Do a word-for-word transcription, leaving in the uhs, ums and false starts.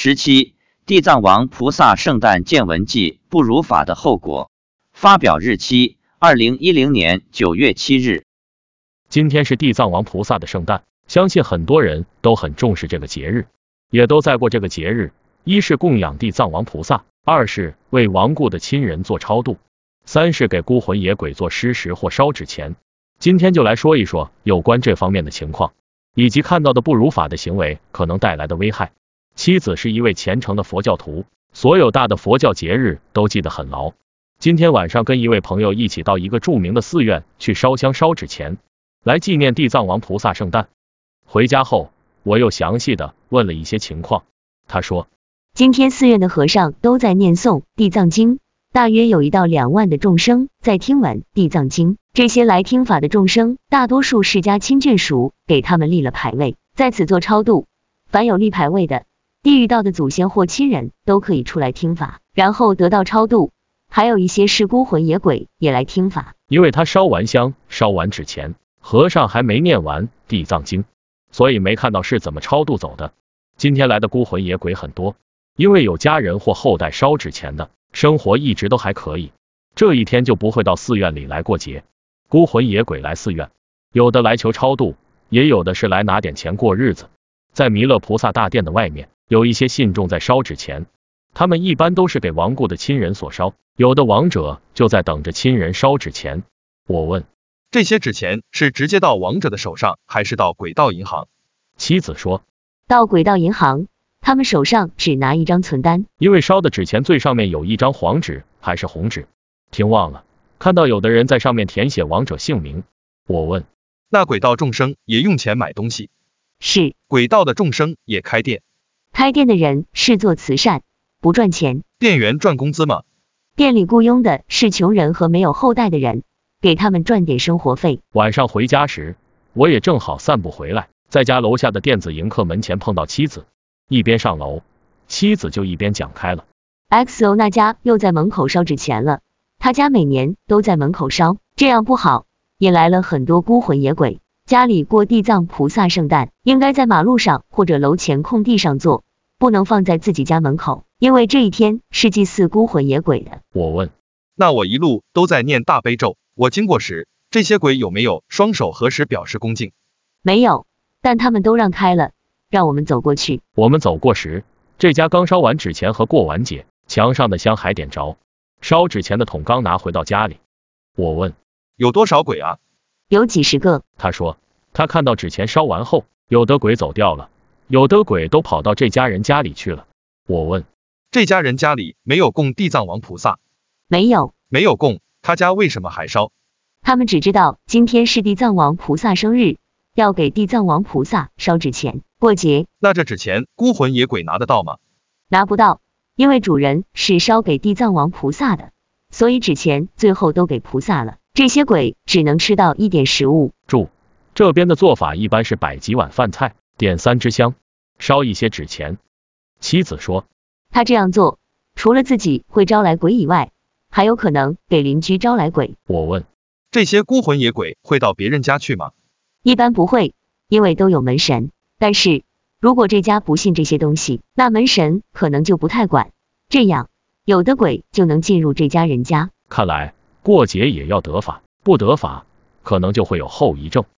十七，地藏王菩萨圣诞见闻记不如法的后果。发表日期：二零一零年九月七日。 今天是地藏王菩萨的圣诞，相信很多人都很重视这个节日，也都在过这个节日。一是供养地藏王菩萨，二是为亡故的亲人做超度，三是给孤魂野鬼做施食或烧纸钱。今天就来说一说有关这方面的情况，以及看到的不如法的行为可能带来的危害。妻子是一位虔诚的佛教徒，所有大的佛教节日都记得很牢。今天晚上跟一位朋友一起到一个著名的寺院去烧香烧纸钱，来纪念地藏王菩萨圣诞。回家后，我又详细的问了一些情况。他说， 今天寺院的和尚都在念诵地藏经，大约有一到两万的众生在听闻地藏经。这些来听法的众生，大多数是家亲眷属给他们立了牌位，在此做超度。凡有立牌位的，地狱道的祖先或亲人都可以出来听法，然后得到超度。还有一些是孤魂野鬼也来听法。 因为他烧完香烧完纸钱，和尚还没念完地藏经，所以没看到是怎么超度走的。今天来的孤魂野鬼很多，因为有家人或后代烧纸钱的，生活一直都还可以，这一天就不会到寺院里来过节。孤魂野鬼来寺院，有的来求超度，也有的是来拿点钱过日子。在弥勒菩萨大殿的外面，有一些信众在烧纸钱，他们一般都是给亡故的亲人所烧，有的亡者就在等着亲人烧纸钱。我问， 这些纸钱是直接到亡者的手上，还是到轨道银行？ 妻子说， 到轨道银行，他们手上只拿一张存单， 因为烧的纸钱最上面有一张黄纸还是红纸，听忘了，看到有的人在上面填写亡者姓名。我问， 那轨道众生也用钱买东西？ 是。 轨道的众生也开店？ 开店的人是做慈善，不赚钱。 店员赚工资吗？ 店里雇佣的是穷人和没有后代的人，给他们赚点生活费。 晚上回家时，我也正好散步回来，在家楼下的电子迎客门前碰到妻子，一边上楼，妻子就一边讲开了。 X O 那家又在门口烧纸钱了，他家每年都在门口烧，这样不好，引来了很多孤魂野鬼。家里过地藏菩萨圣诞，应该在马路上或者楼前空地上做，不能放在自己家门口，因为这一天是祭祀孤魂野鬼的。 我问， 那我一路都在念大悲咒，我经过时，这些鬼有没有双手合十表示恭敬？ 没有，但他们都让开了，让我们走过去。 我们走过时，这家刚烧完纸钱和过完节，墙上的香还点着，烧纸钱的桶刚拿回到家里。我问， 有多少鬼啊？ 有几十个。 他说，他看到纸钱烧完后，有的鬼走掉了，有的鬼都跑到这家人家里去了。我问， 这家人家里没有供地藏王菩萨？ 没有。 没有供，他家为什么还烧？ 他们只知道今天是地藏王菩萨生日，要给地藏王菩萨烧纸钱过节。 那这纸钱孤魂野鬼拿得到吗？ 拿不到，因为主人是烧给地藏王菩萨的，所以纸钱最后都给菩萨了，这些鬼只能吃到一点食物。 注，这边的做法一般是摆几碗饭菜，点三支香，烧一些纸钱。妻子说， 他这样做，除了自己会招来鬼以外，还有可能给邻居招来鬼。 我问， 这些孤魂野鬼会到别人家去吗？ 一般不会，因为都有门神，但是如果这家不信这些东西，那门神可能就不太管，这样有的鬼就能进入这家人家。 看来过节也要得法，不得法可能就会有后遗症。